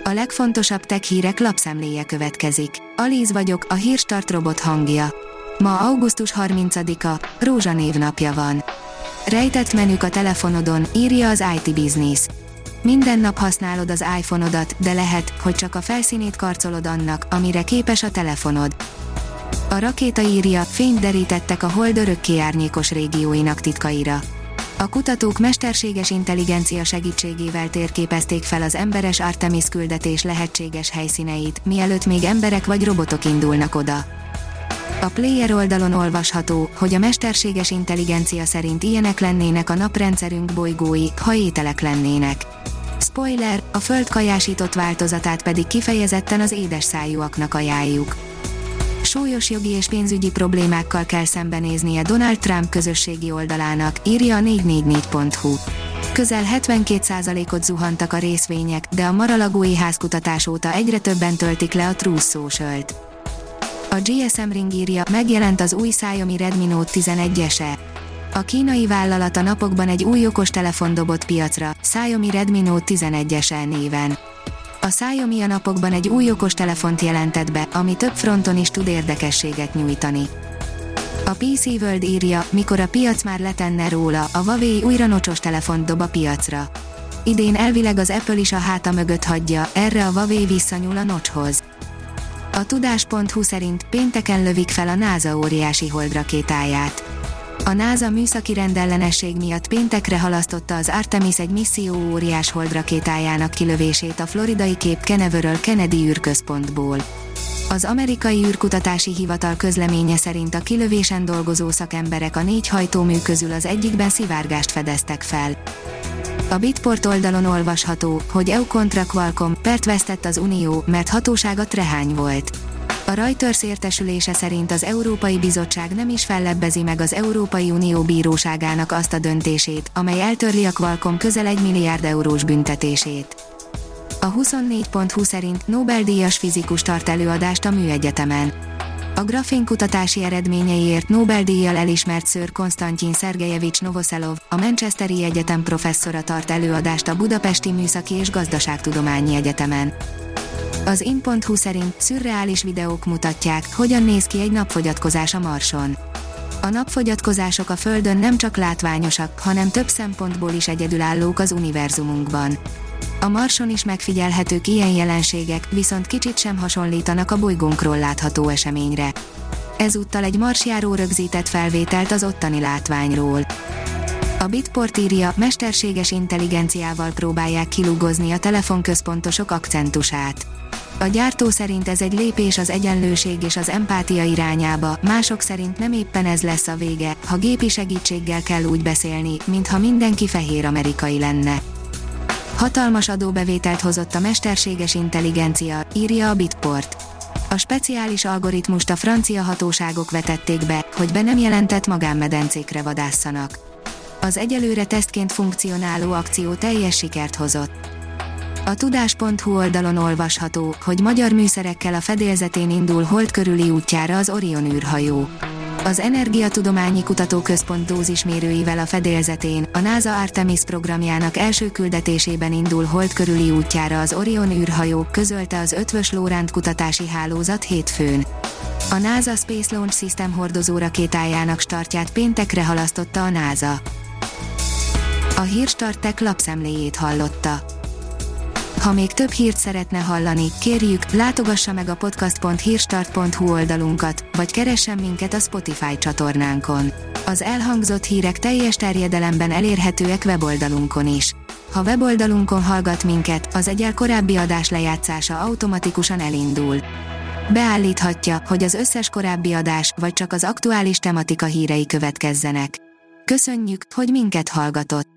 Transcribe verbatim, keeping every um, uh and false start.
A legfontosabb tech hírek lapszemléje következik. Alíz vagyok, a Hírstart robot hangja. Ma augusztus harmincadika, Rózsa névnapja van. Rejtett menük a telefonodon, írja az i té Business. Minden nap használod az iPhone-odat, de lehet, hogy csak a felszínét karcolod annak, amire képes a telefonod. A Rakéta írja, fényt derítettek a Hold örökké árnyékos régióinak titkaira. A kutatók mesterséges intelligencia segítségével térképezték fel az emberes Artemis küldetés lehetséges helyszíneit, mielőtt még emberek vagy robotok indulnak oda. A Player oldalon olvasható, hogy a mesterséges intelligencia szerint ilyenek lennének a naprendszerünk bolygói, ha ételek lennének. Spoiler, a Föld kajásított változatát pedig kifejezetten az édes szájúaknak ajánljuk. Súlyos jogi és pénzügyi problémákkal kell szembenéznie Donald Trump közösségi oldalának, írja a négy négy négy pont hu. Közel hetvenkét százalékot zuhantak a részvények, de a Mar-a-Lagói házkutatás óta egyre többen töltik le a Truth Social-t. A gé es em Ring írja, megjelent az új Xiaomi Redmi Note tizenegy es e. A kínai vállalat a napokban egy új okostelefon dobott piacra, Xiaomi Redmi Note tizenegy es e néven. A Xiaomi a napokban egy új okostelefont jelentett be, ami több fronton is tud érdekességet nyújtani. A pé cé World írja, mikor a piac már letenne róla, a Huawei újra nocsos telefont dob a piacra. Idén elvileg az Apple is a háta mögött hagyja, erre a Huawei visszanyúl a notchhoz. A tudás pont hu szerint pénteken lövik fel a NASA óriási holdrakétáját. A NASA műszaki rendellenesség miatt péntekre halasztotta az Artemis egy misszió óriás holdrakétájának kilövését a floridai Cape Canaveral Kennedy űrközpontból. Az amerikai űrkutatási hivatal közleménye szerint a kilövésen dolgozó szakemberek a négy hajtómű közül az egyikben szivárgást fedeztek fel. A Bitport oldalon olvasható, hogy é u kontra Qualcomm, pert vesztett az Unió, mert hatósága trehány volt. A Reuters értesülése szerint az Európai Bizottság nem is fellebbezi meg az Európai Unió bíróságának azt a döntését, amely eltörli a Qualcomm közel egy milliárd eurós büntetését. A huszonnégy pont hu szerint Nobel-díjas fizikus tart előadást a műegyetemen. A grafénkutatási eredményeiért Nobel-díjjal elismert Sir Konstantin Szergejevics Novoszelov, a Manchesteri Egyetem professzora tart előadást a Budapesti Műszaki és Gazdaságtudományi Egyetemen. Az in pont hu szerint szürreális videók mutatják, hogyan néz ki egy napfogyatkozás a Marson. A napfogyatkozások a Földön nem csak látványosak, hanem több szempontból is egyedülállók az univerzumunkban. A Marson is megfigyelhetők ilyen jelenségek, viszont kicsit sem hasonlítanak a bolygónkról látható eseményre. Ezúttal egy marsjáró rögzített felvételt az ottani látványról. A Bitport írja, mesterséges intelligenciával próbálják kilugozni a telefonközpontosok akcentusát. A gyártó szerint ez egy lépés az egyenlőség és az empátia irányába, mások szerint nem éppen ez lesz a vége, ha gépi segítséggel kell úgy beszélni, mintha mindenki fehér amerikai lenne. Hatalmas adóbevételt hozott a mesterséges intelligencia, írja a Bitport. A speciális algoritmust a francia hatóságok vetették be, hogy be nem jelentett magánmedencékre vadásszanak. Az egyelőre tesztként funkcionáló akció teljes sikert hozott. A tudás pont hu oldalon olvasható, hogy magyar műszerekkel a fedélzetén indul Hold körüli útjára az Orion űrhajó. Az Energiatudományi Kutatóközpont dózismérőivel a fedélzetén, a NASA Artemis programjának első küldetésében indul Hold körüli útjára az Orion űrhajó, közölte az Eötvös Loránd kutatási hálózat hétfőn. A NASA Space Launch System hordozó rakétájának startját péntekre halasztotta a NASA. A Hírstart Tech lapszemléjét hallotta. Ha még több hírt szeretne hallani, kérjük, látogassa meg a podcast pont hírstart pont hu oldalunkat, vagy keressen minket a Spotify csatornánkon. Az elhangzott hírek teljes terjedelemben elérhetőek weboldalunkon is. Ha weboldalunkon hallgat minket, az egyel korábbi adás lejátszása automatikusan elindul. Beállíthatja, hogy az összes korábbi adás, vagy csak az aktuális tematika hírei következzenek. Köszönjük, hogy minket hallgatott!